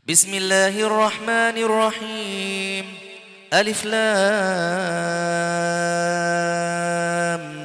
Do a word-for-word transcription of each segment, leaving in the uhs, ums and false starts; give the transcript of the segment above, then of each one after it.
بسم الله الرحمن الرحيم. ألف لام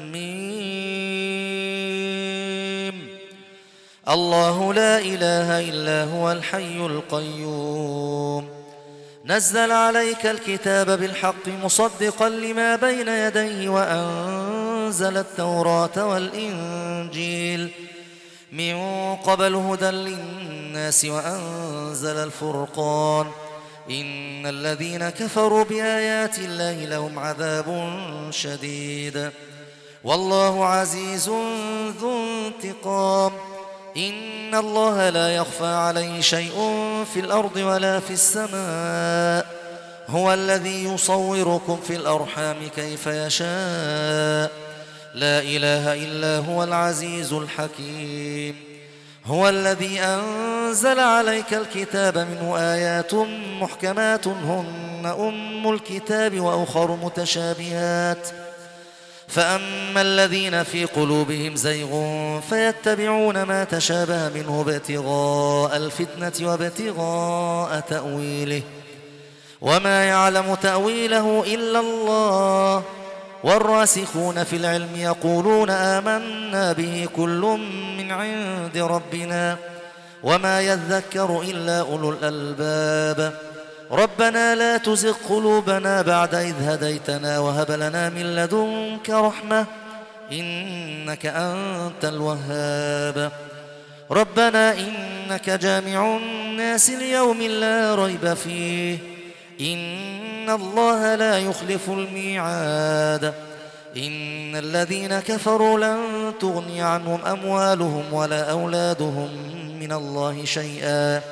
ميم. الله لا إله إلا هو الحي القيوم. نزل عليك الكتاب بالحق مصدقا لما بين يديه وأنزل التوراة والإنجيل من قبل هدى للناس وأنزل الفرقان. إن الذين كفروا بآيات الله لهم عذاب شديد والله عزيز ذو انتقام. إن الله لا يخفى عليه شيء في الأرض ولا في السماء. هو الذي يصوركم في الأرحام كيف يشاء. لا إله إلا هو العزيز الحكيم. هو الذي أنزل عليك الكتاب منه آيات محكمات هن أم الكتاب وأخر متشابهات فأما الذين في قلوبهم زيغ فيتبعون ما تشابه منه ابتغاء الفتنة وابتغاء تأويله وما يعلم تأويله إلا الله. والراسخون في العلم يقولون آمنا به كل من عند ربنا وما يذكر إلا أولو الألباب. ربنا لا تزغ قلوبنا بعد إذ هديتنا وهب لنا من لدنك رحمة إنك أنت الوهاب. ربنا إنك جامع الناس ليوم لا ريب فيه إن الله لا يخلف الميعاد. إن الذين كفروا لن تغني عنهم أموالهم ولا أولادهم من الله شيئا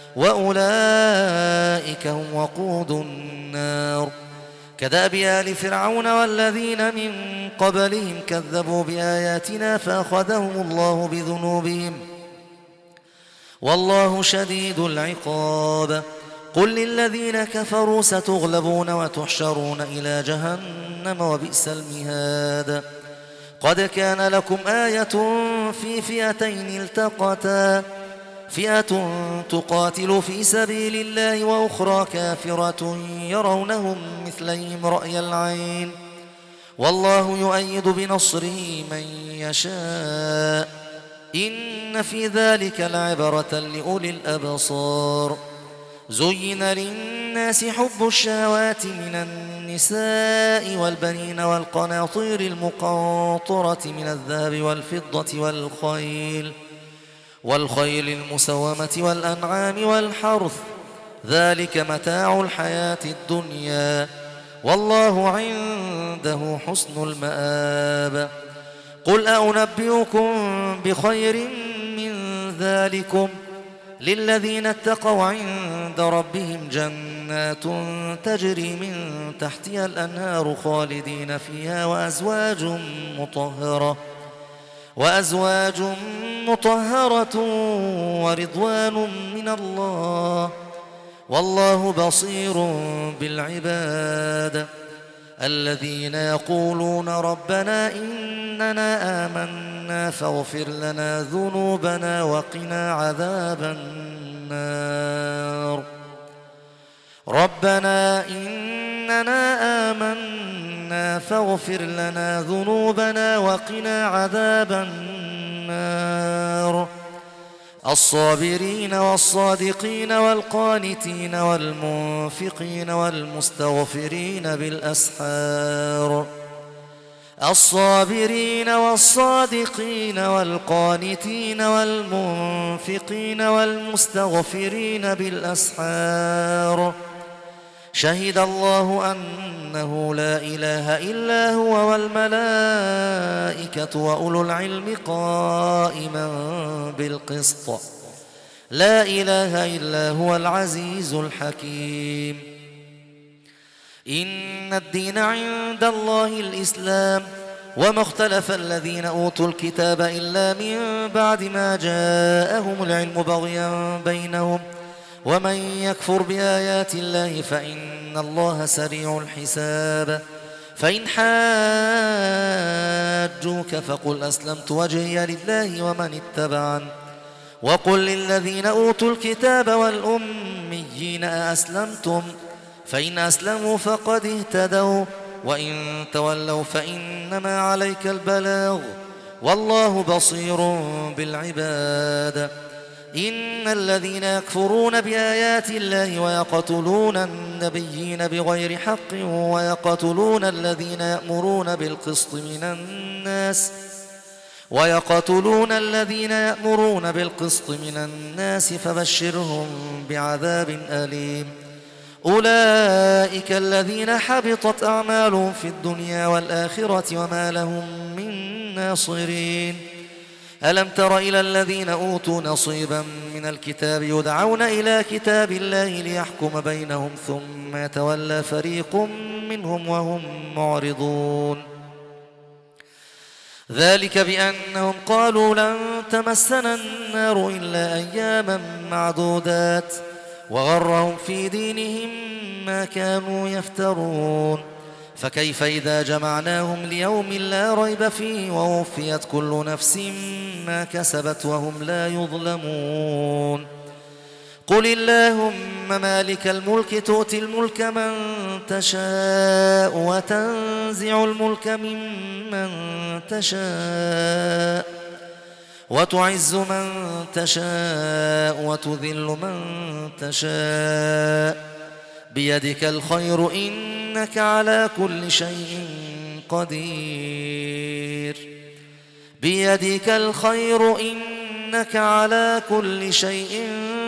وأولئك هم وقود النار. كدأب آل فرعون والذين من قبلهم كذبوا بآياتنا فأخذهم الله بذنوبهم والله شديد العقاب. قل للذين كفروا ستغلبون وتحشرون إلى جهنم وبئس المهاد. قد كان لكم آية في فئتين التقتا فئة تقاتل في سبيل الله وأخرى كافرة يرونهم مثليهم رأي العين والله يؤيد بنصره من يشاء. إن في ذلك لعبرة لأولي الأبصار. زين للناس حب الشهوات من النساء والبنين والقناطير المقنطرة من الذهب والفضة والخيل والخيل المسومة والأنعام والحرث ذلك متاع الحياة الدنيا والله عنده حسن المآب. قل أنبئكم بخير من ذلكم للذين اتقوا عند ربهم جنات تجري من تحتها الأنهار خالدين فيها وأزواج مطهرة وأزواج مطهرة ورضوان من الله والله بصير بالعباد. الذين يقولون ربنا إننا آمنا فاغفر لنا ذنوبنا وقنا عذاب النار. ربنا إننا آمنا فاغفر لنا ذنوبنا وقنا عذاب النار. الصابرين والصادقين والقانتين والمنفقين والمستغفرين بالأسحار. الصابرين والصادقين والقانتين والمنفقين والمستغفرين بالأسحار. شهد الله أنه لا إله إلا هو والملائكة وأولو العلم قائما بالقسط لا إله إلا هو العزيز الحكيم. إن الدين عند الله الإسلام وما اختلف الذين أوتوا الكتاب إلا من بعد ما جاءهم العلم بغيا بينهم ومن يكفر بآيات الله فإن الله سريع الحساب. فإن حاجوك فقل أسلمت وجهي لله ومن اتبعن وقل للذين أوتوا الكتاب والأميين أأسلمتم فإن أسلموا فقد اهتدوا وإن تولوا فإنما عليك البلاغ والله بصير بالعباد. إن الذين يكفرون بآيات الله ويقتلون النبيين بغير حق ويقتلون الذين يأمرون بالقسط من الناس ويقتلون الذين يأمرون بالقسط من الناس فبشرهم بعذاب أليم. أولئك الذين حبطت أعمالهم في الدنيا والآخرة وما لهم من ناصرين. ألم تر إلى الذين أوتوا نصيبا من الكتاب يدعون إلى كتاب الله ليحكم بينهم ثم يتولى فريق منهم وهم معرضون. ذلك بأنهم قالوا لن تمسنا النار إلا أياما معدودات وغرهم في دينهم ما كانوا يفترون. فكيف إذا جمعناهم ليوم لا ريب فيه ووفيت كل نفس ما كسبت وهم لا يظلمون. قل اللهم مالك الملك تؤتي الملك من تشاء وتنزع الملك ممن تشاء وتعز من تشاء وتذل من تشاء بيدك الخير إنك على كل شيء قدير. بيدك الخير إنك على كل شيء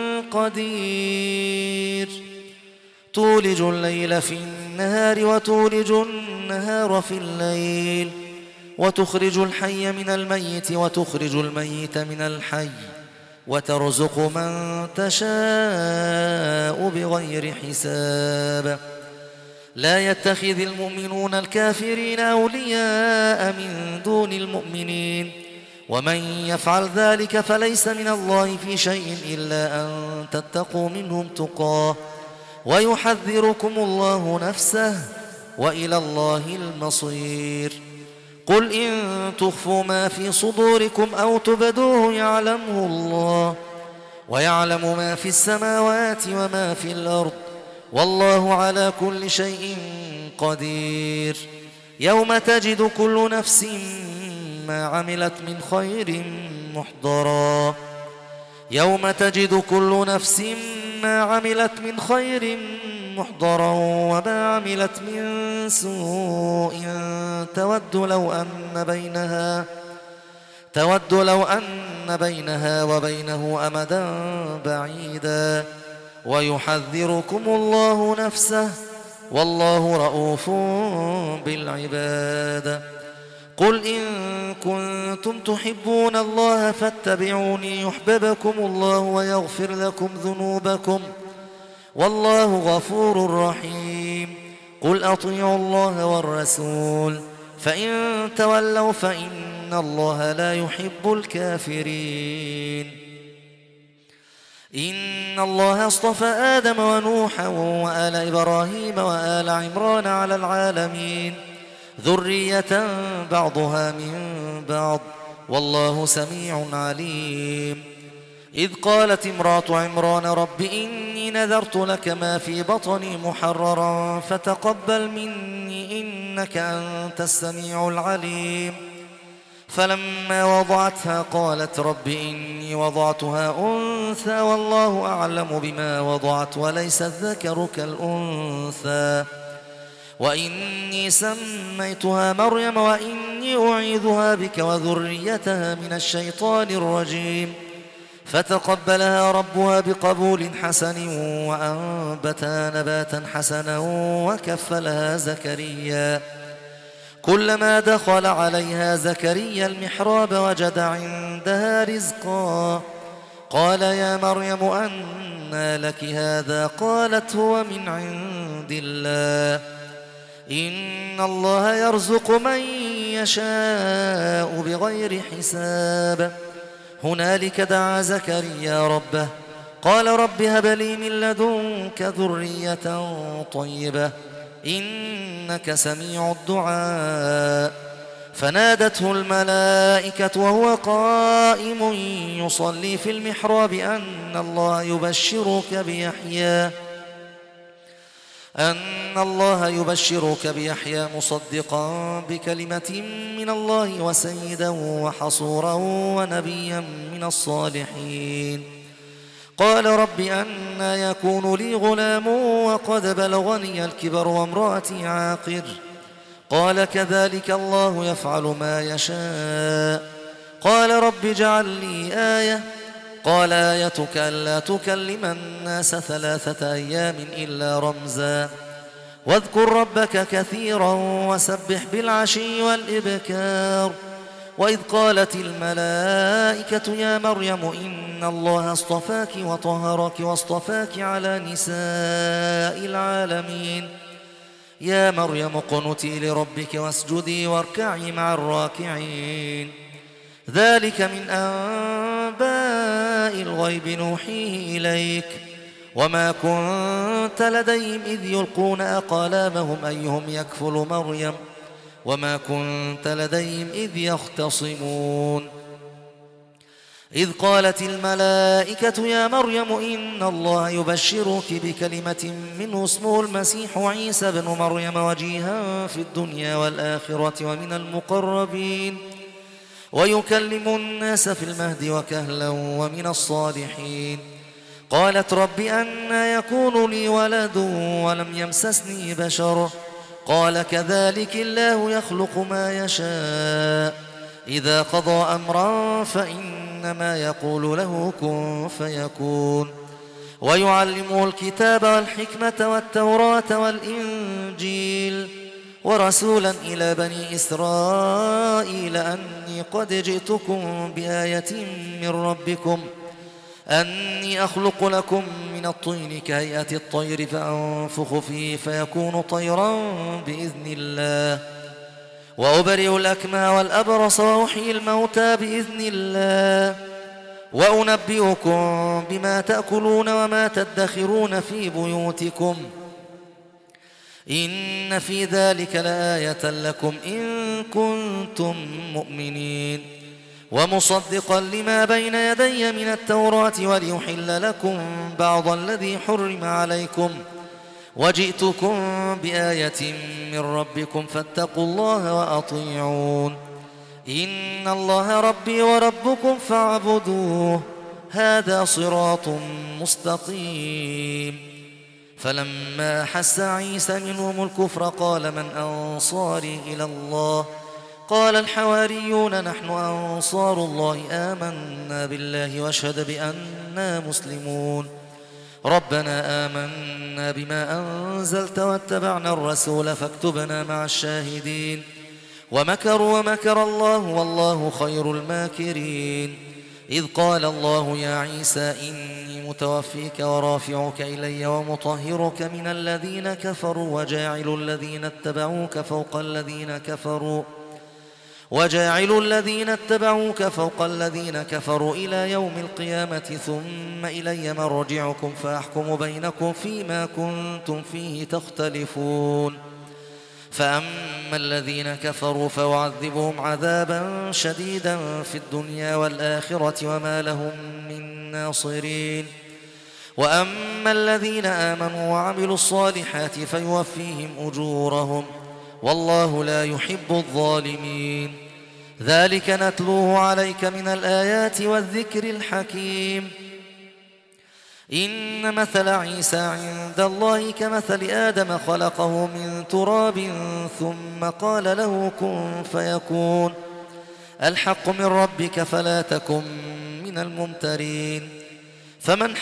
قدير. تولج الليل في النهار وتولج النهار في الليل وتخرج الحي من الميت وتخرج الميت من الحي وترزق من تشاء بغير حساب. لا يتخذ المؤمنون الكافرين أولياء من دون المؤمنين ومن يفعل ذلك فليس من الله في شيء إلا أن تتقوا منهم تقاه ويحذركم الله نفسه وإلى الله المصير. قل إن تخفوا ما في صدوركم أو تبدوه يعلمه الله ويعلم ما في السماوات وما في الأرض والله على كل شيء قدير. يوم تجد كل نفس ما عملت من خير محضرا يوم تجد كل نفس ما عملت من خير محضرا وما عملت من سوء تود لو أن بينها تود لو أن بينها وبينه أمدا بعيدا ويحذركم الله نفسه والله رؤوف بالعباد. قل إن كنتم تحبون الله فاتبعوني يحببكم الله ويغفر لكم ذنوبكم والله غفور رحيم. قل أطيعوا الله والرسول فإن تولوا فإن الله لا يحب الكافرين. إن الله اصطفى آدم ونوحا وآل إبراهيم وآل عمران على العالمين ذرية بعضها من بعض والله سميع عليم. إذ قالت امرأة عمران رب إني نذرت لك ما في بطني محررا فتقبل مني إنك أنت السميع العليم. فلما وضعتها قالت رب إني وضعتها أنثى والله أعلم بما وضعت وليس الذكر كالأنثى وإني سميتها مريم وإني أعيذها بك وذريتها من الشيطان الرجيم. فتقبلها ربها بقبول حسن وأنبتها نباتا حسنا وكفلها زكريا. كلما دخل عليها زكريا المحراب وجد عندها رزقا قال يا مريم أنى لك هذا قالت هو من عند الله إن الله يرزق من يشاء بغير حساب. هنالك دعا زكريا ربه قال رب هب لي من لدنك ذرية طيبة إنك سميع الدعاء. فنادته الملائكة وهو قائم يصلي في المحراب أن الله يبشرك بيحيى أن الله يبشرك بيحيى مصدقا بكلمة من الله وسيدا وحصورا ونبيا من الصالحين. قال رب أنى يكون لي غلام وقد بلغني الكبر وامرأتي عاقر. قال كذلك الله يفعل ما يشاء. قال رب اجعل لي آية. قال آيتك ألا تكلم الناس ثلاثة أيام إلا رمزا واذكر ربك كثيرا وسبح بالعشي والإبكار. وإذ قالت الملائكة يا مريم إن الله اصطفاك وطهرك واصطفاك على نساء العالمين. يا مريم اقنتي لربك واسجدي واركعي مع الراكعين. ذلك من أنباء الغيب نوحيه إليك وما كنت لديهم إذ يلقون أقلامهم أيهم يكفل مريم وما كنت لديهم إذ يختصمون. إذ قالت الملائكة يا مريم إن الله يبشرك بكلمة منه اسمه المسيح عيسى بن مريم وجيها في الدنيا والآخرة ومن المقربين ويكلم الناس في المهد وكهلا ومن الصالحين. قالت رب أنى يكون لي ولد ولم يمسسني بشر. قال كذلك الله يخلق ما يشاء إذا قضى أمرا فإنما يقول له كن فيكون. ويعلمه الكتاب والحكمة والتوراة والإنجيل ورسولا إلى بني إسرائيل أني قد جئتكم بآية من ربكم أني أخلق لكم من الطين كهيئة الطير فأنفخ فيه فيكون طيرا بإذن الله وأبرئ الأكمى والأبرص وأحيي الموتى بإذن الله وأنبئكم بما تأكلون وما تدخرون في بيوتكم إن في ذلك لآية لكم إن كنتم مؤمنين. ومصدقا لما بين يدي من التوراة وليحل لكم بعض الذي حرم عليكم وجئتكم بآية من ربكم فاتقوا الله وأطيعون. إن الله ربي وربكم فاعبدوه هذا صراط مستقيم. فلما أحس عيسى منهم الكفر قال من أنصاري إلى الله قال الحواريون نحن أنصار الله آمنا بالله واشهد بأننا مسلمون. ربنا آمنا بما أنزلت واتبعنا الرسول فاكتبنا مع الشاهدين. ومكروا ومكر الله والله خير الماكرين. إذ قال الله يا عيسى إني متوفيك ورافعك إلي ومطهرك من الذين كفروا وجاعل الذين اتبعوك فوق الذين كفروا وجاعل الذين اتبعوك فوق الذين كفروا إلى يوم القيامة ثم إلي مرجعكم فأحكم بينكم فيما كنتم فيه تختلفون. فأما الذين كفروا فأعذبهم عذابا شديدا في الدنيا والآخرة وما لهم من ناصرين. وأما الذين آمنوا وعملوا الصالحات فيوفيهم أجورهم والله لا يحب الظالمين. ذلك نتلوه عليك من الآيات والذكر الحكيم. إن مثل عيسى عند الله كمثل آدم خلقه من تراب ثم قال له كن فيكون. الحق من ربك فلا تكن من الممترين. فمن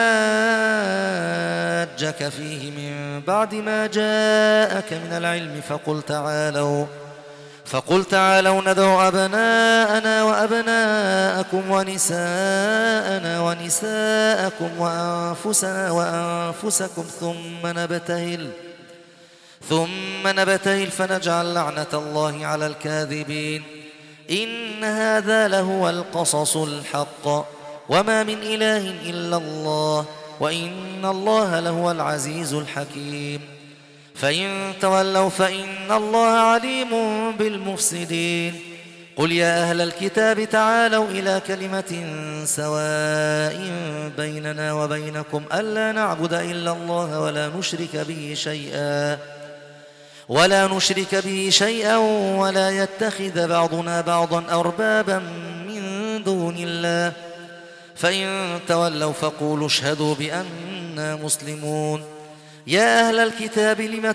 حاجك فيه من بعد ما جاءك من العلم فقل تعالوا فقل تعالوا ندعو أبناءنا وأبناءكم ونساءنا ونساءكم وأنفسنا وأنفسكم ثم نبتهل ثم نبتهل فنجعل لعنة الله على الكاذبين. إن هذا لهو القصص الحق وما من إله إلا الله وإن الله لهو العزيز الحكيم. فإن تولوا فإن الله عليم بالمفسدين قل يا أهل الكتاب تعالوا إلى كلمة سواء بيننا وبينكم ألا نعبد إلا الله ولا نشرك به شيئا ولا نشرك به شيئا ولا يتخذ بعضنا بعضا أربابا من دون الله فإن تولوا فقولوا اشهدوا بأننا مسلمون يا أهل الكتاب لم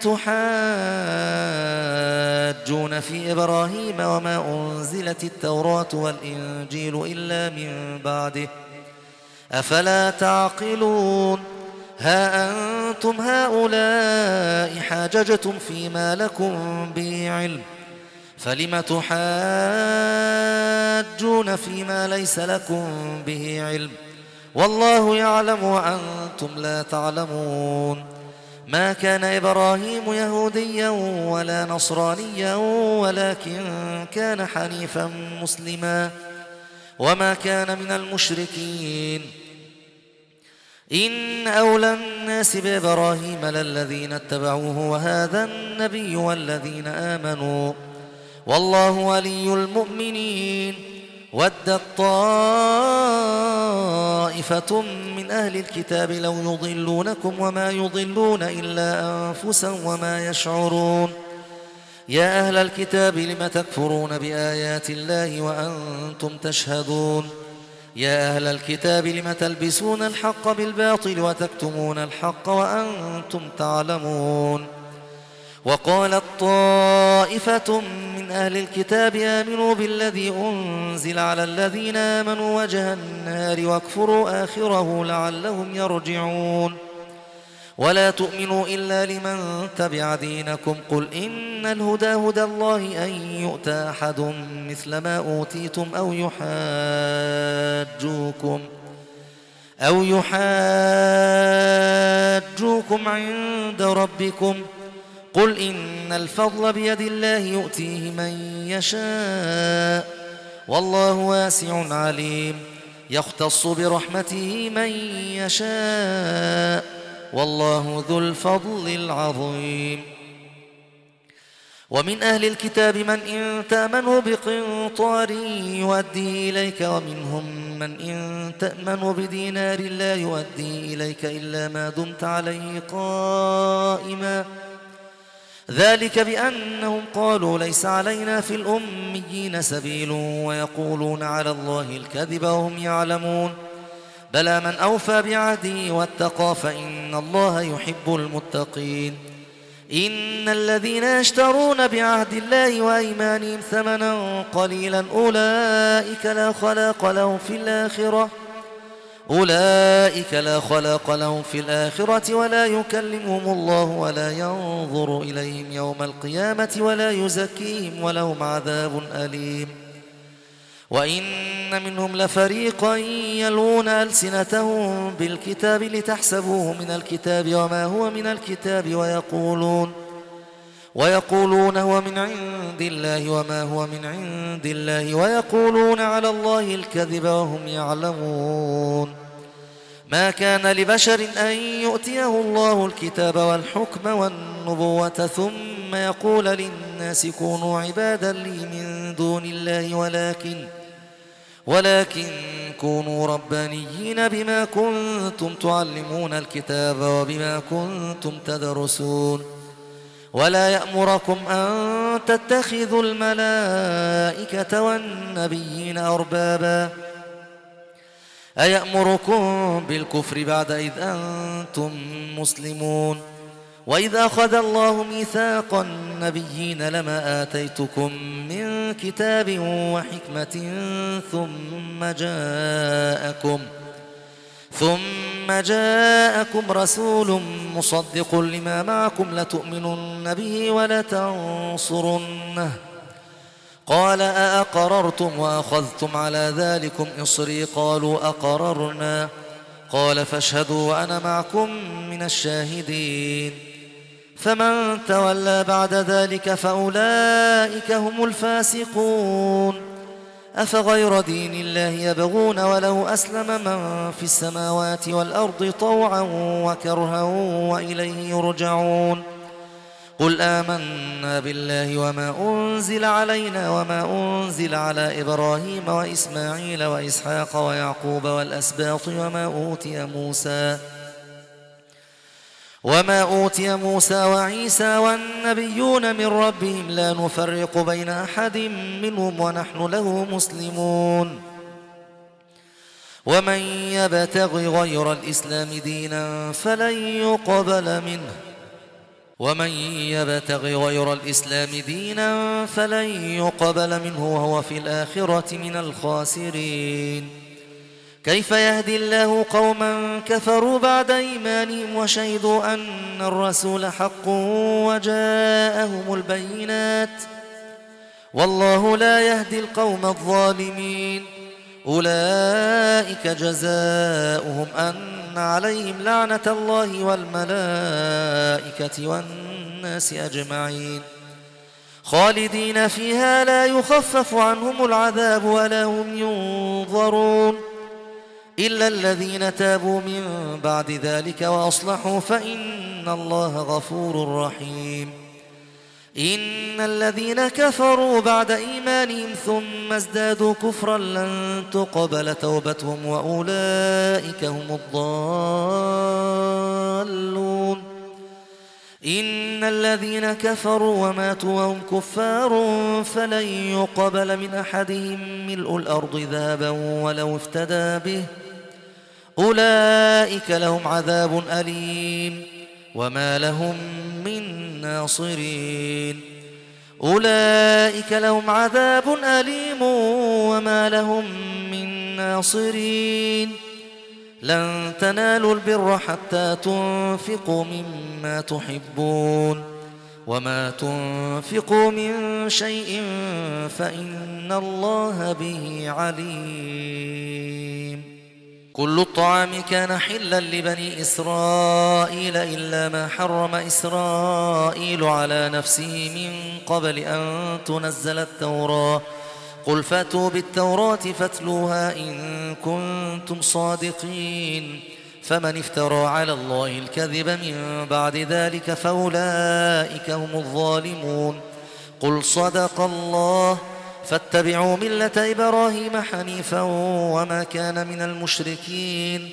تحاجون في إبراهيم وما أنزلت التوراة والإنجيل إلا من بعده أفلا تعقلون ها أنتم هؤلاء حاججتم فيما لكم به علم فلم تحاجون فيما ليس لكم به علم والله يعلم وأنتم لا تعلمون ما كان إبراهيم يهوديا ولا نصرانيا ولكن كان حنيفا مسلما وما كان من المشركين إن أولى الناس بإبراهيم للذين اتبعوه وهذا النبي والذين آمنوا والله ولي المؤمنين ودت طائفة من أهل الكتاب لو يضلونكم وما يضلون إلا أنفسهم وما يشعرون يا أهل الكتاب لم تكفرون بآيات الله وأنتم تشهدون يا أهل الكتاب لم تلبسون الحق بالباطل وتكتمون الحق وأنتم تعلمون وقالت طائفة من أهل الكتاب آمنوا بالذي أنزل على الذين آمنوا وجه النهار واكفروا آخره لعلهم يرجعون ولا تؤمنوا إلا لمن تبع دينكم قل إن الهدى هدى الله أن يؤتى أحد مثل ما أوتيتم أو يحاجوكم أو يحاجوكم عند ربكم قل إن الفضل بيد الله يؤتيه من يشاء والله واسع عليم يختص برحمته من يشاء والله ذو الفضل العظيم ومن أهل الكتاب من إن تأمنه بقنطار يؤديه إليك ومنهم من إن تأمنه بدينار لا يؤديه إليك إلا ما دمت عليه قائما ذلك بأنهم قالوا ليس علينا في الأميين سبيل ويقولون على الله الكذب وهم يعلمون بلى من أوفى بعهده واتقى فإن الله يحب المتقين إن الذين يشترون بعهد الله وأيمانهم ثمنا قليلا أولئك لا خلاق لهم في الآخرة أولئك لا خلاق لهم في الآخرة ولا يكلمهم الله ولا ينظر إليهم يوم القيامة ولا يزكيهم ولهم عذاب أليم وإن منهم لفريقا يلوون ألسنتهم بالكتاب لتحسبوه من الكتاب وما هو من الكتاب ويقولون ويقولون هو من عند الله وما هو من عند الله ويقولون على الله الكذب وهم يعلمون ما كان لبشر أن يؤتيه الله الكتاب والحكم والنبوة ثم يقول للناس كونوا عبادا لي من دون الله ولكن ولكن كونوا ربانيين بما كنتم تعلمون الكتاب وبما كنتم تدرسون ولا يأمركم أن تتخذوا الملائكة والنبيين أربابا أيأمركم بالكفر بعد إذ أنتم مسلمون وإذ أخذ الله ميثاق النبيين لما آتيتكم من كتاب وحكمة ثم جاءكم ثم جاءكم رسول مصدق لما معكم لتؤمنن به ولتنصرنه قال أأقررتم وأخذتم على ذلكم إصري قالوا أقررنا قال فاشهدوا وأنا معكم من الشاهدين فمن تولى بعد ذلك فأولئك هم الفاسقون أفغير دين الله يبغون وله أسلم من في السماوات والأرض طوعا وكرها وإليه يرجعون قل آمنا بالله وما أنزل علينا وما أنزل على إبراهيم وإسماعيل وإسحاق ويعقوب والأسباط وما أوتي موسى وما أوتي موسى وعيسى والنبيون من ربهم لا نفرق بين أحد منهم ونحن له مسلمون ومن يبتغ غير الإسلام دينا فلن يقبل منه ومن يبتغ غير الإسلام دينا فلن يقبل منه وهو في الآخرة من الخاسرين كيف يهدي الله قوما كفروا بعد إيمانهم وشهدوا أن الرسول حق وجاءهم البينات والله لا يهدي القوم الظالمين أولئك جزاؤهم أن عليهم لعنة الله والملائكة والناس أجمعين خالدين فيها لا يخفف عنهم العذاب ولا هم ينظرون إلا الذين تابوا من بعد ذلك وأصلحوا فإن الله غفور رحيم إن الذين كفروا بعد إيمانهم ثم ازدادوا كفرا لن تقبل توبتهم وأولئك هم الضالون إن الذين كفروا وماتوا وهم كفار فلن يقبل من أحدهم ملء الأرض ذهبا ولو افتدى به أولئك لهم عذاب أليم وما لهم من ناصرين أولئك لهم عذاب أليم وما لهم من ناصرين لن تنالوا البر حتى تنفقوا مما تحبون وما تنفقوا من شيء فإن الله به عليم كل الطعام كان حلا لبني إسرائيل إلا ما حرم إسرائيل على نفسه من قبل أن تنزل التوراة قل فأتوا بالتوراة فاتلوها إن كنتم صادقين فمن افترى على الله الكذب من بعد ذلك فأولئك هم الظالمون قل صدق الله فاتبعوا ملة إبراهيم حنيفا وما كان من المشركين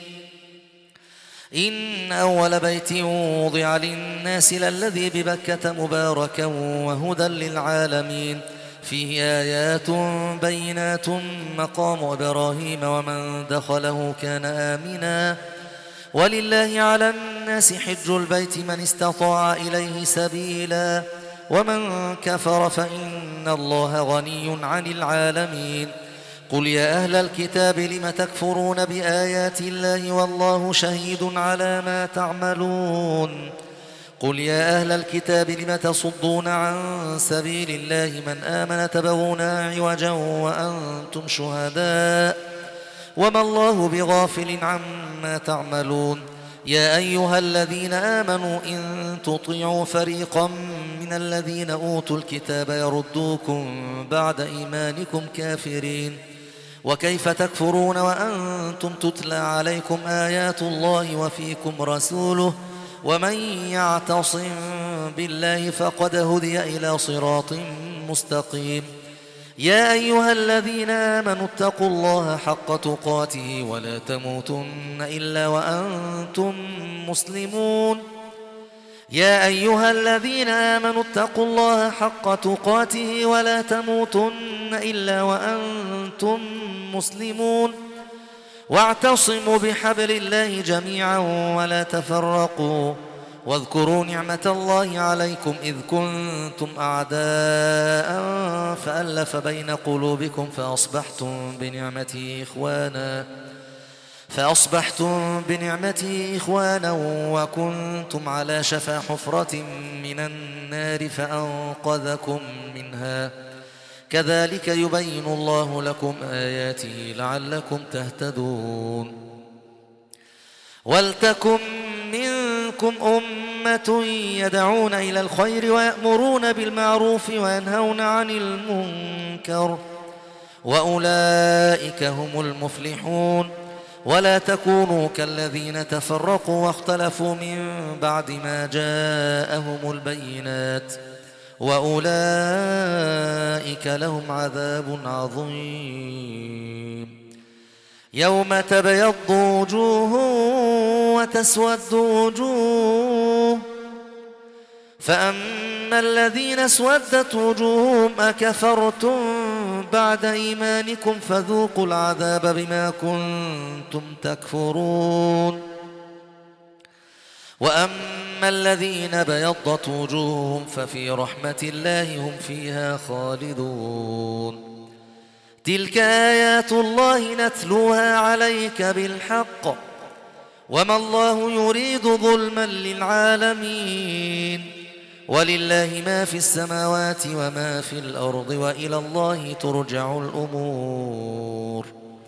إن أول بيت وضع للناس للذي ببكة مباركا وهدى للعالمين فيه آيات بينات مقام إبراهيم ومن دخله كان آمنا ولله على الناس حج البيت من استطاع إليه سبيلا ومن كفر فإن الله غني عن العالمين قل يا أهل الكتاب لم تكفرون بآيات الله والله شهيد على ما تعملون قل يا أهل الكتاب لم تصدون عن سبيل الله من آمن تبغونها عوجا وأنتم شهداء وما الله بغافل عما تعملون يا أيها الذين آمنوا إن تطيعوا فريقا من الذين أوتوا الكتاب يردوكم بعد إيمانكم كافرين وكيف تكفرون وأنتم تتلى عليكم آيات الله وفيكم رسوله ومن يعتصم بالله فقد هدي إلى صراط مستقيم يا أيها الذين آمنوا اتقوا الله حق تقاته ولا تموتن إلا وأنتم مسلمون يا أيها الذين آمنوا اتقوا الله حق تقاته ولا تموتن إلا وأنتم مسلمون واعتصموا بحبل الله جميعا ولا تفرقوا واذكروا نعمة الله عليكم إذ كنتم أعداء فألف بين قلوبكم فأصبحتم بنعمته إخوانا فأصبحتم بنعمته إخوانا وكنتم على شفا حفرة من النار فأنقذكم منها كذلك يبين الله لكم آياته لعلكم تهتدون ولتكن منكم أمة يدعون إلى الخير ويأمرون بالمعروف وينهون عن المنكر وأولئك هم المفلحون ولا تكونوا كالذين تفرقوا واختلفوا من بعد ما جاءهم البينات وأولئك لهم عذاب عظيم. يوم تبيض وجوه وتسود وجوه، فأما الذين اسودت وجوههم أكفرتم بعد إيمانكم فذوقوا العذاب بما كنتم تكفرون. وأما الذين بيضت وجوههم ففي رحمة الله هم فيها خالدون. تلك آيات الله نتلوها عليك بالحق وما الله يريد ظلما للعالمين، ولله ما في السماوات وما في الأرض وإلى الله ترجع الأمور.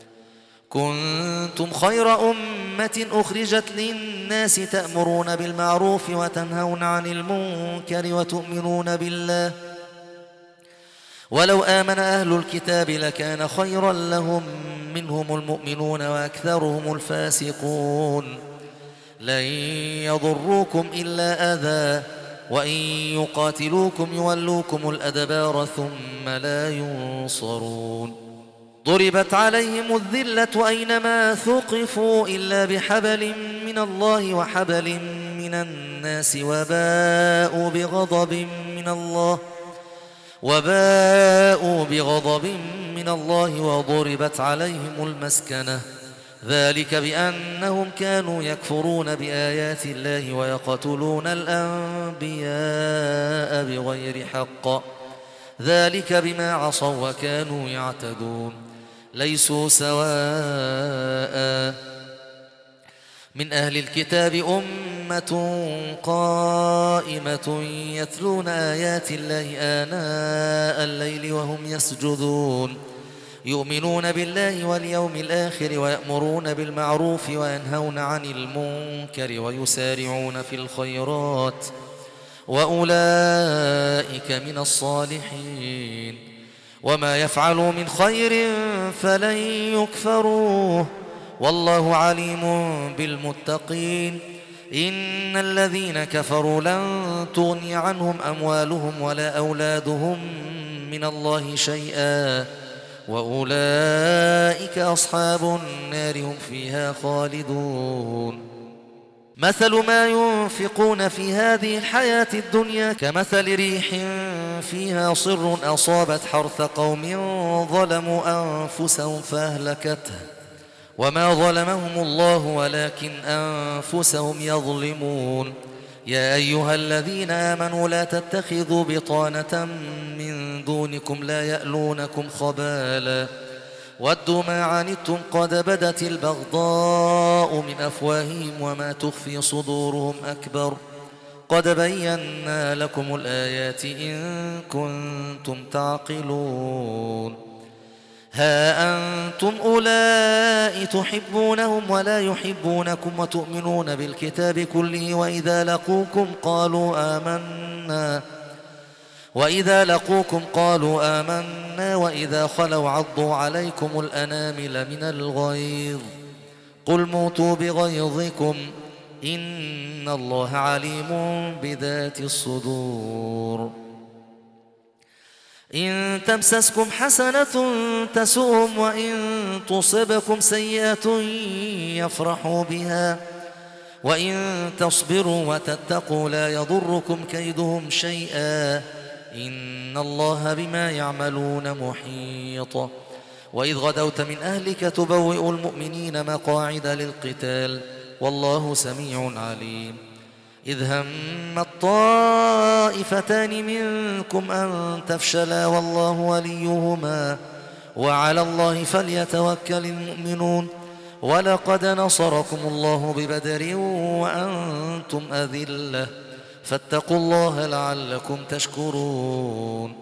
كنتم خير أمة أخرجت للناس تأمرون بالمعروف وتنهون عن المنكر وتؤمنون بالله، ولو آمن أهل الكتاب لكان خيرا لهم منهم المؤمنون وأكثرهم الفاسقون. لن يضروكم إلا أذى وإن يقاتلوكم يولوكم الأدبار ثم لا ينصرون. ضربت عليهم الذلة أينما ثقفوا إلا بحبل من الله وحبل من الناس وباءوا بغضب من الله وباءوا بغضب من الله وضربت عليهم المسكنة، ذلك بأنهم كانوا يكفرون بآيات الله ويقتلون الأنبياء بغير حق، ذلك بما عصوا وكانوا يعتدون. ليسوا سواء من أهل الكتاب أمة قائمة يتلون آيات الله آناء الليل وهم يسجدون، يؤمنون بالله واليوم الآخر ويأمرون بالمعروف وينهون عن المنكر ويسارعون في الخيرات وأولئك من الصالحين. وما يفعلوا من خير فلن يكفروه والله عليم بالمتقين. إن الذين كفروا لن تغني عنهم أموالهم ولا أولادهم من الله شيئا وأولئك أصحاب النار هم فيها خالدون. مثل ما ينفقون في هذه الحياة الدنيا كمثل ريح فيها صر أصابت حرث قوم ظلموا أنفسهم فأهلكته وما ظلمهم الله ولكن أنفسهم يظلمون. يا أيها الذين آمنوا لا تتخذوا بطانة من دونكم لا يألونكم خبالا ودوا ما عنتم قد بدت البغضاء من أفواههم وما تخفي صدورهم أكبر قد بينا لكم الآيات إن كنتم تعقلون. ها أنتم أولئك تحبونهم ولا يحبونكم وتؤمنون بالكتاب كله وإذا لقوكم قالوا آمنا وإذا لقوكم قالوا آمنا وإذا خلوا عضوا عليكم الأنامل من الغيظ قل موتوا بغيظكم إن الله عليم بذات الصدور. إن تمسسكم حسنة تسؤهم وإن تصبكم سيئة يفرحوا بها وإن تصبروا وتتقوا لا يضركم كيدهم شيئا إن الله بما يعملون محيط. وإذ غدوت من أهلك تبوئ المؤمنين مقاعد للقتال والله سميع عليم. إذ هم الطائفتان منكم أن تفشلا والله وليهما وعلى الله فليتوكل المؤمنون. ولقد نصركم الله ببدر وأنتم أذلة فاتقوا الله لعلكم تشكرون.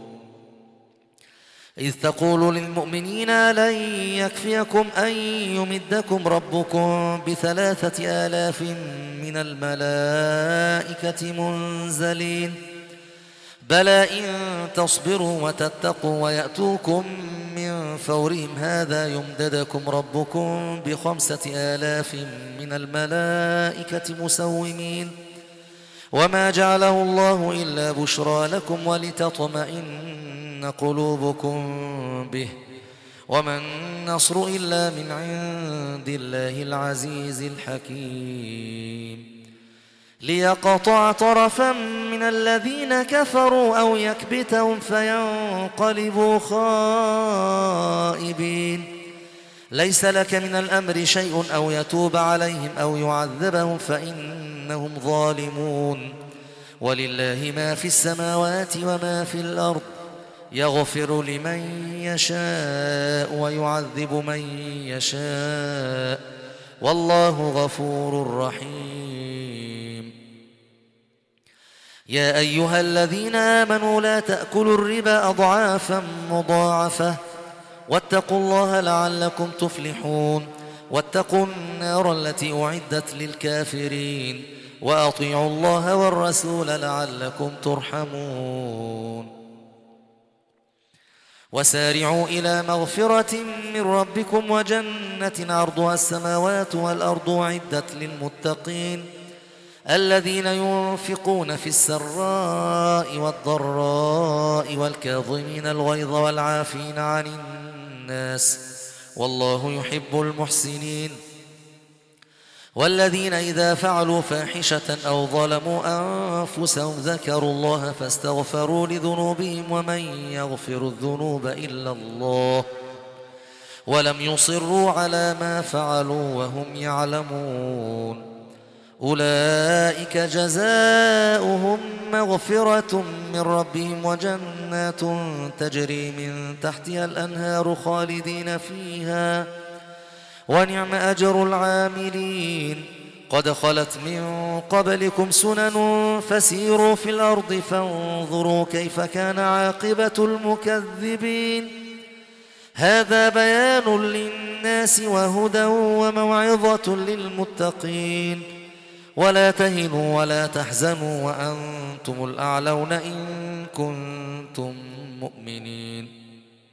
إذ تقول للمؤمنين لن يكفيكم أن يمدكم ربكم بثلاثة آلاف من الملائكة منزلين بلى إن تصبروا وتتقوا ويأتوكم من فورهم هذا يمددكم ربكم بخمسة آلاف من الملائكة مسومين وما جعله الله إلا بشرى لكم ولتطمئن قلوبكم به وما النصر إلا من عند الله العزيز الحكيم ليقطع طرفا من الذين كفروا أو يكبتهم فينقلبوا خائبين ليس لك من الأمر شيء أو يتوب عليهم أو يعذبهم فإنهم ظالمون ولله ما في السماوات وما في الأرض يغفر لمن يشاء ويعذب من يشاء والله غفور رحيم يا أيها الذين آمنوا لا تأكلوا الربا أضعافا مضاعفة واتقوا الله لعلكم تفلحون واتقوا النار التي أعدت للكافرين وأطيعوا الله والرسول لعلكم ترحمون وسارعوا إلى مغفرة من ربكم وجنة عرضها السماوات والأرض أعدت للمتقين الذين ينفقون في السراء والضراء والكاظمين الغيظ والعافين عن الناس والله يحب المحسنين والذين إذا فعلوا فاحشة أو ظلموا أنفسهم ذكروا الله فاستغفروا لذنوبهم ومن يغفر الذنوب إلا الله ولم يصروا على ما فعلوا وهم يعلمون أولئك جزاؤهم مغفرة من ربهم وجنات تجري من تحتها الأنهار خالدين فيها ونعم أجر العاملين قد خلت من قبلكم سنن فسيروا في الأرض فانظروا كيف كان عاقبة المكذبين هذا بيان للناس وهدى وموعظة للمتقين ولا تهنوا ولا تحزنوا وأنتم الأعلون إن كنتم مؤمنين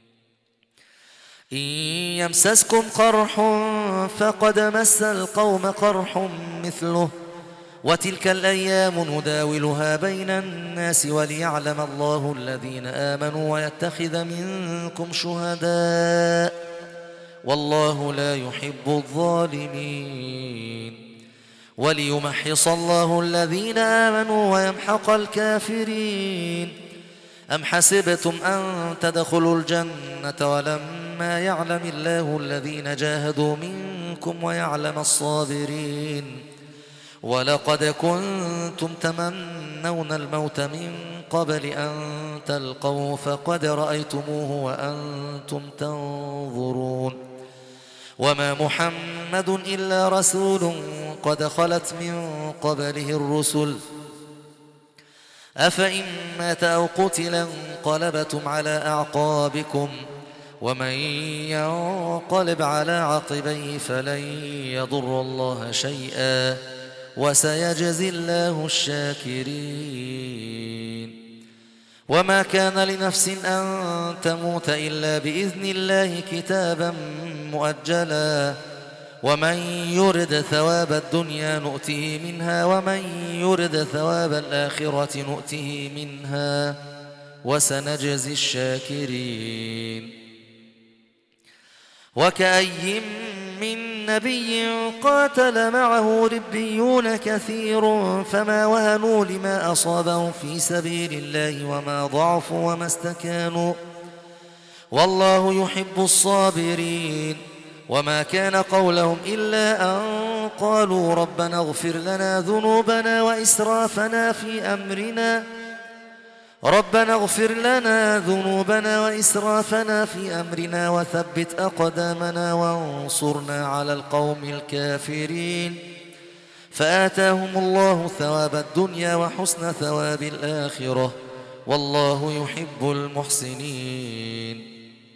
إن يمسسكم قرح فقد مس القوم قرح مثله وتلك الأيام نداولها بين الناس وليعلم الله الذين آمنوا ويتخذ منكم شهداء والله لا يحب الظالمين وليمحص الله الذين آمنوا ويمحق الكافرين أم حسبتم أن تدخلوا الجنة ولما يعلم الله الذين جاهدوا منكم ويعلم الصابرين ولقد كنتم تمنون الموت من قبل أن تلقوه فقد رأيتموه وأنتم تنظرون وما محمد إلا رسول قد خلت من قبله الرسل أفإن مات أو قتل انقلبتم على أعقابكم ومن ينقلب على عقبيه فلن يضر الله شيئا وسيجزي الله الشاكرين وما كان لنفس أن تموت إلا بإذن الله كتابا مؤجلا ومن يرد ثواب الدنيا نؤته منها ومن يرد ثواب الآخرة نؤته منها وسنجزي الشاكرين وكأي من نبي قاتل معه ربيون كثير فما وهنوا لما أصابهم في سبيل الله وما ضعفوا وما استكانوا والله يحب الصابرين وما كان قولهم إلا أن قالوا ربنا اغفر لنا ذنوبنا وإسرافنا في أمرنا ربنا اغفر لنا ذنوبنا وإسرافنا في أمرنا وثبت أقدامنا وانصرنا على القوم الكافرين فآتاهم الله ثواب الدنيا وحسن ثواب الآخرة والله يحب المحسنين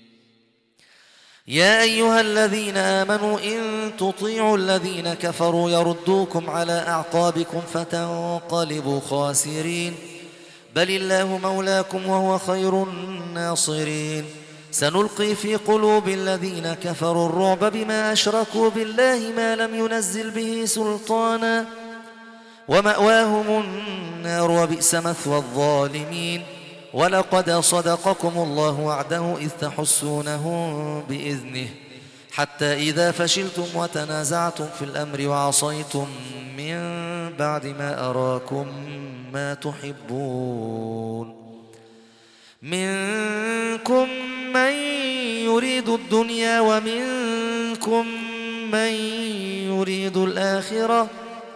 يا أيها الذين آمنوا إن تطيعوا الذين كفروا يردوكم على أعقابكم فتنقلبوا خاسرين بل الله مولاكم وهو خير الناصرين سنلقي في قلوب الذين كفروا الرعب بما أشركوا بالله ما لم ينزل به سلطانا ومأواهم النار وبئس مثوى الظالمين. ولقد صدقكم الله وعده إذ تحسونهم بإذنه حتى إذا فشلتم وتنازعتم في الأمر وعصيتم من بعد ما أراكم ما تحبون منكم من يريد الدنيا ومنكم من يريد الآخرة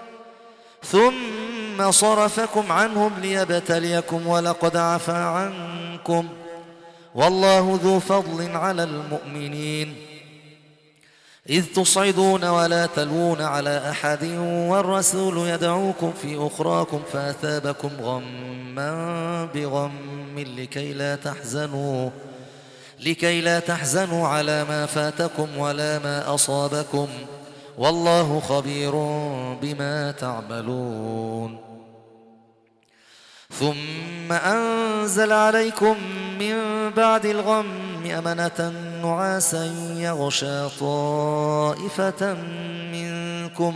ثم صرفكم عنهم ليبتليكم ولقد عفا عنكم والله ذو فضل على المؤمنين إذ تصعدون ولا تلوون على أحد والرسول يدعوكم في أخراكم فأثابكم غما بغم لكي لا تحزنوا لكي لا تحزنوا على ما فاتكم ولا ما أصابكم والله خبير بما تعملون. ثم أنزل عليكم من بعد الغم أمنة نعاسا يغشى طائفة منكم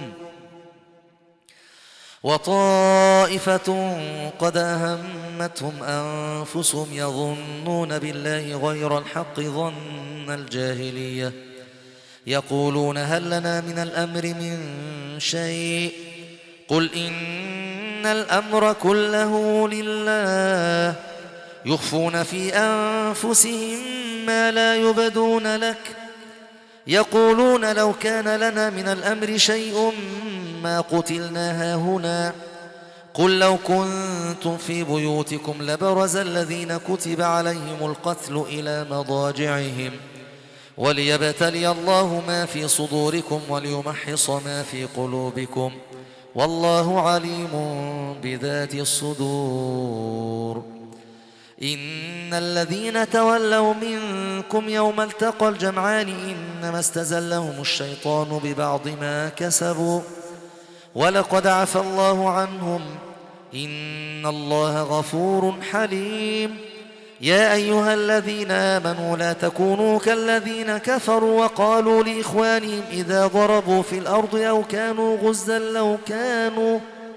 وطائفة قد أهمتهم أنفسهم يظنون بالله غير الحق ظن الجاهلية يقولون هل لنا من الأمر من شيء قل إن الأمر كله لله يخفون في أنفسهم ما لا يبدون لك يقولون لو كان لنا من الأمر شيء ما قتلنا هاهنا قل لو كنتم في بيوتكم لبرز الذين كتب عليهم القتل إلى مضاجعهم وليبتلي الله ما في صدوركم وليمحص ما في قلوبكم والله عليم بذات الصدور. إن الذين تولوا منكم يوم التقى الجمعان إنما استزلهم الشيطان ببعض ما كسبوا ولقد عفى الله عنهم إن الله غفور حليم. يا أيها الذين آمنوا لا تكونوا كالذين كفروا وقالوا لإخوانهم إذا ضربوا في الأرض أو كانوا غزا لو كانوا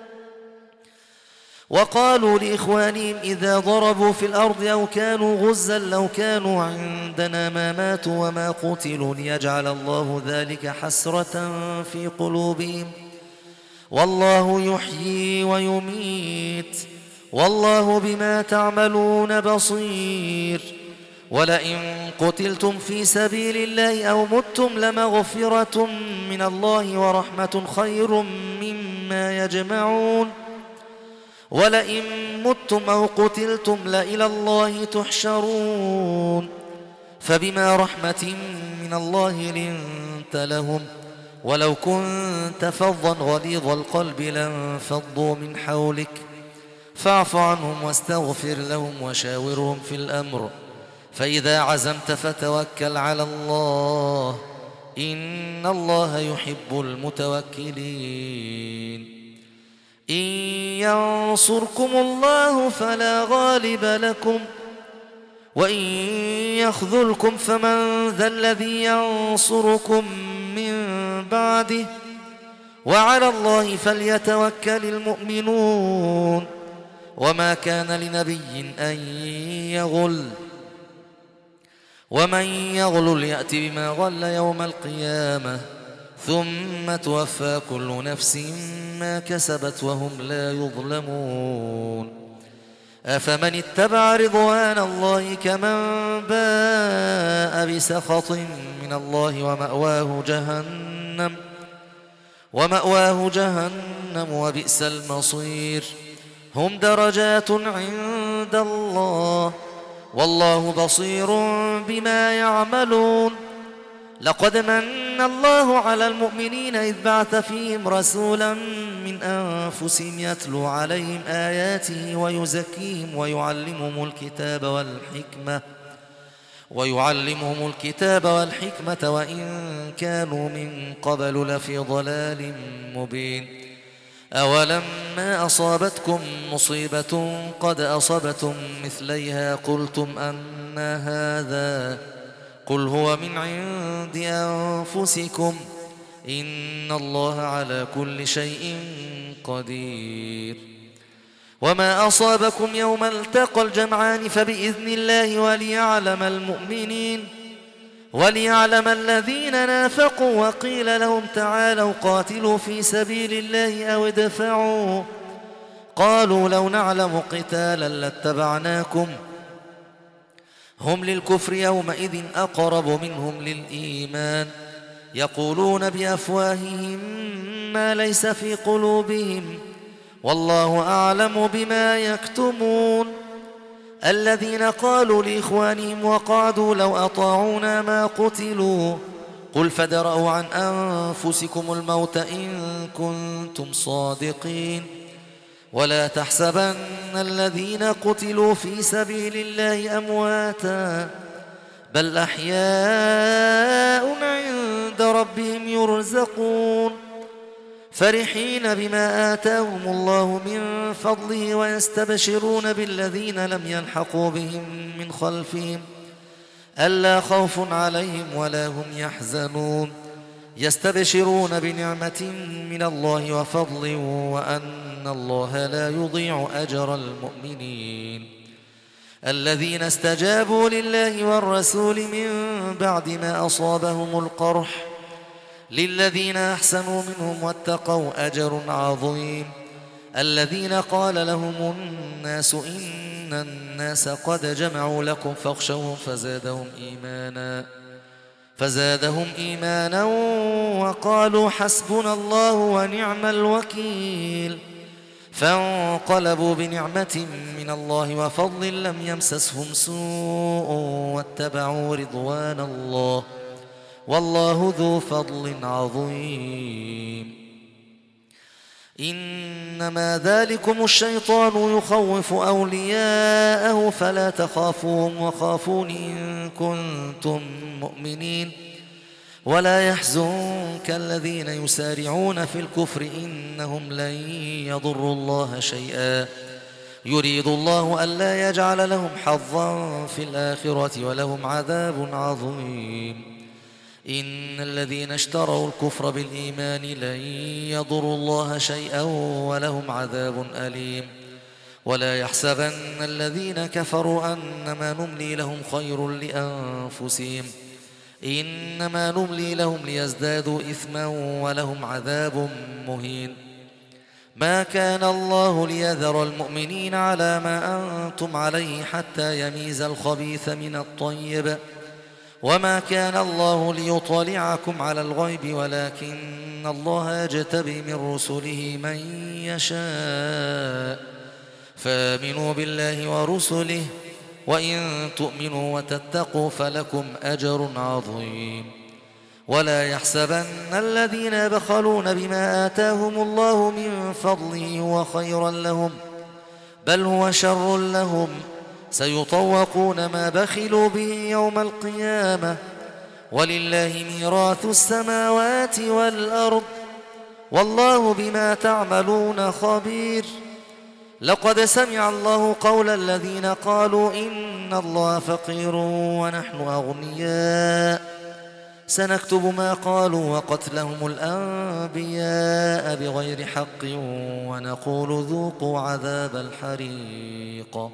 وقالوا لإخوانهم إذا ضربوا في الأرض أو كانوا غزا لو كانوا عندنا ما ماتوا وما قتلوا ليجعل الله ذلك حسرة في قلوبهم والله يحيي ويميت والله بما تعملون بصير. ولئن قتلتم في سبيل الله أو متم لمغفرة من الله ورحمة خير مما يجمعون ولئن متم أو قتلتم لإلى الله تحشرون فبما رحمة من الله لنت لهم ولو كنت فظا غليظ القلب لانفضوا من حولك فاعف عنهم واستغفر لهم وشاورهم في الأمر فإذا عزمت فتوكل على الله إن الله يحب المتوكلين. إن ينصركم الله فلا غالب لكم وإن يخذلكم فمن ذا الذي ينصركم من بعده وعلى الله فليتوكل المؤمنون. وما كان لنبي أن يغل ومن يغل يأت بما غل يوم القيامة ثم توفى كل نفس ما كسبت وهم لا يظلمون. أفمن اتبع رضوان الله كمن باء بسخط من الله ومأواه جهنم ومأواه جهنم وبئس المصير. هم درجات عند الله والله بصير بما يعملون. لقد من الله على المؤمنين إذ بعث فيهم رسولا من أنفسهم يتلو عليهم آياته ويزكيهم ويعلمهم الكتاب والحكمة ويعلمهم الكتاب والحكمة وإن كانوا من قبل لفي ضلال مبين. أولم ولما أصابتكم مصيبة قد أصبتم مثليها قلتم أنى هذا قل هو من عند أنفسكم إن الله على كل شيء قدير. وما أصابكم يوم التقى الجمعان فبإذن الله وليعلم المؤمنين وليعلم الذين نافقوا وقيل لهم تعالوا قاتلوا في سبيل الله أو ادفعوا قالوا لو نعلم قتالا لاتبعناكم هم للكفر يومئذ أقرب منهم للإيمان يقولون بأفواههم ما ليس في قلوبهم والله أعلم بما يكتمون. الذين قالوا لإخوانهم وقعدوا لو أطاعونا ما قتلوا قل فادرءوا عن أنفسكم الموت إن كنتم صادقين ولا تحسبن الذين قتلوا في سبيل الله أمواتا بل أحياء عند ربهم يرزقون فرحين بما آتاهم الله من فضله ويستبشرون بالذين لم يلحقوا بهم من خلفهم ألا خوف عليهم ولا هم يحزنون يستبشرون بنعمة من الله وفضل وأن الله لا يضيع أجر المؤمنين. الذين استجابوا لله والرسول من بعد ما أصابهم القرح للذين أحسنوا منهم واتقوا أجر عظيم. الذين قال لهم الناس إن الناس قد جمعوا لكم فاخشوهم فزادهم إيمانا فزادهم إيمانا وقالوا حسبنا الله ونعم الوكيل فانقلبوا بنعمة من الله وفضل لم يمسسهم سوء واتبعوا رضوان الله والله ذو فضل عظيم. إنما ذلكم الشيطان يخوف أولياءه فلا تخافوهم وخافون إن كنتم مؤمنين ولا يحزنك الذين يسارعون في الكفر إنهم لن يضروا الله شيئا يريد الله ألا يجعل لهم حظا في الآخرة ولهم عذاب عظيم. إن الذين اشتروا الكفر بالإيمان لن يضروا الله شيئا ولهم عذاب أليم. ولا يحسبن الذين كفروا أنما نملي لهم خير لأنفسهم إنما نملي لهم ليزدادوا إثما ولهم عذاب مهين. ما كان الله ليذر المؤمنين على ما أنتم عليه حتى يميز الخبيث من الطيب وما كان الله ليطلعكم على الغيب ولكن الله يجتبي من رسله من يشاء فآمنوا بالله ورسله وإن تؤمنوا وتتقوا فلكم أجر عظيم. ولا يحسبن الذين يبخلون بما آتاهم الله من فضله هو خيرا لهم بل هو شر لهم سيطوقون ما بخلوا به يوم القيامة ولله ميراث السماوات والأرض والله بما تعملون خبير. لقد سمع الله قول الذين قالوا إن الله فقير ونحن أغنياء سنكتب ما قالوا وقتلهم الأنبياء بغير حق ونقول ذوقوا عذاب الحريق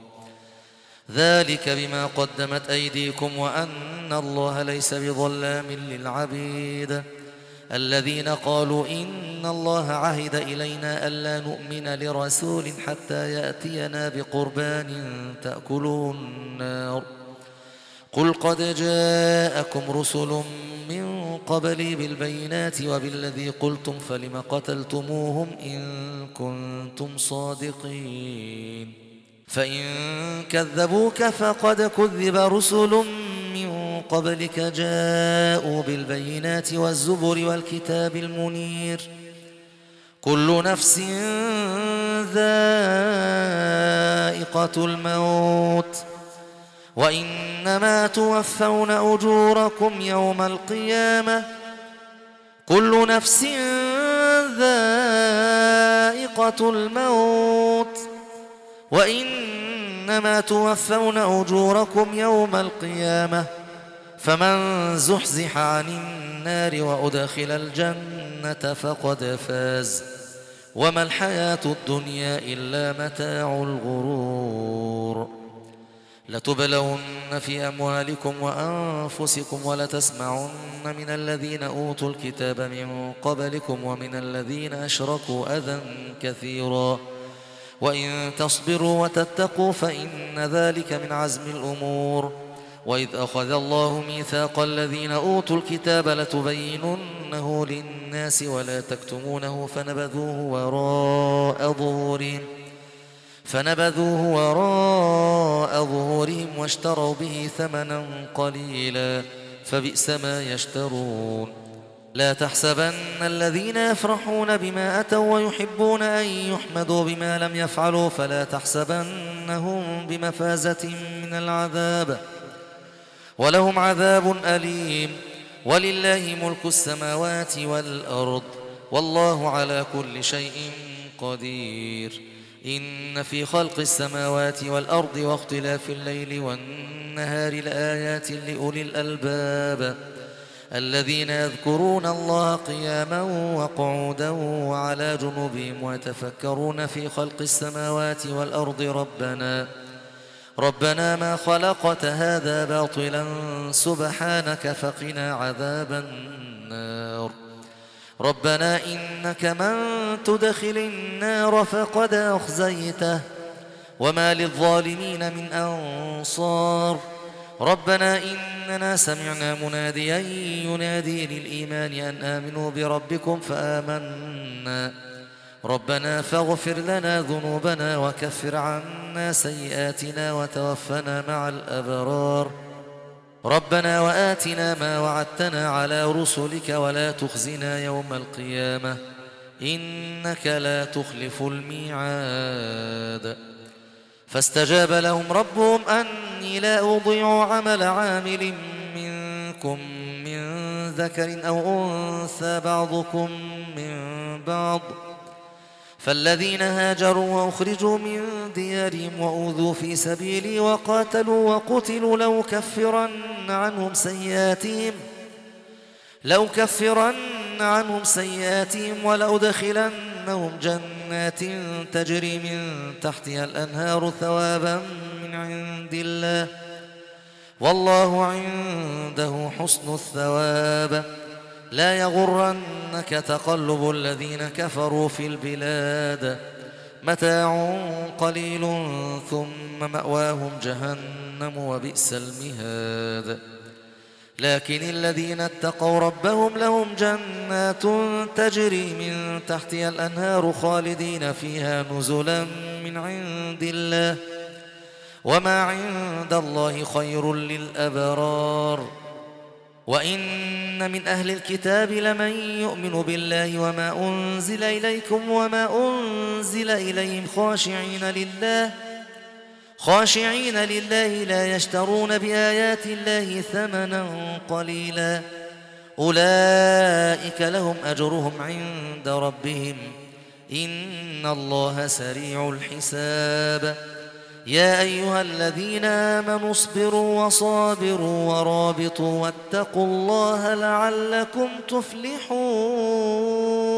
ذلك بما قدمت أيديكم وأن الله ليس بظلام للعبيد. الذين قالوا إن الله عهد إلينا ألا نؤمن لرسول حتى يأتينا بقربان تأكله النار قل قد جاءكم رسل من قبلي بالبينات وبالذي قلتم فلم قتلتموهم إن كنتم صادقين. فإن كذبوك فقد كذب رسل من قبلك جاءوا بالبينات والزبر والكتاب المنير كل نفس ذائقة الموت وإنما توفون أجوركم يوم القيامة كل نفس ذائقة الموت وإنما توفون أجوركم يوم القيامة فمن زحزح عن النار وأدخل الجنة فقد فاز وما الحياة الدنيا إلا متاع الغرور لتبلون في أموالكم وأنفسكم ولتسمعن من الذين أوتوا الكتاب من قبلكم ومن الذين أشركوا أذى كثيرا وإن تصبروا وتتقوا فإن ذلك من عزم الأمور وإذ أخذ الله ميثاق الذين أوتوا الكتاب لتبيننه للناس ولا تكتمونه فنبذوه وراء ظهورهم فنبذوه وراء ظهورهم واشتروا به ثمنا قليلا فبئس ما يشترون لا تحسبن الذين يفرحون بما أتوا ويحبون أن يحمدوا بما لم يفعلوا فلا تحسبنهم بمفازة من العذاب ولهم عذاب أليم ولله ملك السماوات والأرض والله على كل شيء قدير إن في خلق السماوات والأرض واختلاف الليل والنهار لآيات لأولي الألباب الذين يذكرون الله قياما وقعودا وعلى جنوبهم ويتفكرون في خلق السماوات والأرض ربنا ربنا ما خلقت هذا باطلا سبحانك فقنا عذاب النار ربنا إنك من تدخل النار فقد أخزيته وما للظالمين من أنصار ربنا إننا سمعنا مناديا ينادي للإيمان أن آمنوا بربكم فآمنا ربنا فاغفر لنا ذنوبنا وكفر عنا سيئاتنا وتوفنا مع الأبرار ربنا وآتنا ما وعدتنا على رسلك ولا تخزنا يوم القيامة إنك لا تخلف الميعاد فاستجاب لهم ربهم أني لا أضيع عمل عامل منكم من ذكر أو أنثى بعضكم من بعض فالذين هاجروا وأخرجوا من ديارهم وأوذوا في سبيلي وقاتلوا وقتلوا لو كفرن عنهم سيئاتهم لو كفرن عنهم سيئاتهم ولأدخلنهم جنات تجري من تحتها الأنهار ثوابا من عند الله والله عنده حسن الثواب لا يغرنك تقلب الذين كفروا في البلاد متاع قليل ثم مأواهم جهنم وبئس المهاد لكن الذين اتقوا ربهم لهم جنات تجري من تحتها الأنهار خالدين فيها نزلا من عند الله وما عند الله خير للأبرار وإن من أهل الكتاب لمن يؤمن بالله وما أنزل إليكم وما أنزل إليهم خاشعين لله خاشعين لله لا يشترون بآيات الله ثمنا قليلا أولئك لهم أجرهم عند ربهم إن الله سريع الحساب يا أيها الذين آمنوا اصبروا وصابروا ورابطوا واتقوا الله لعلكم تفلحون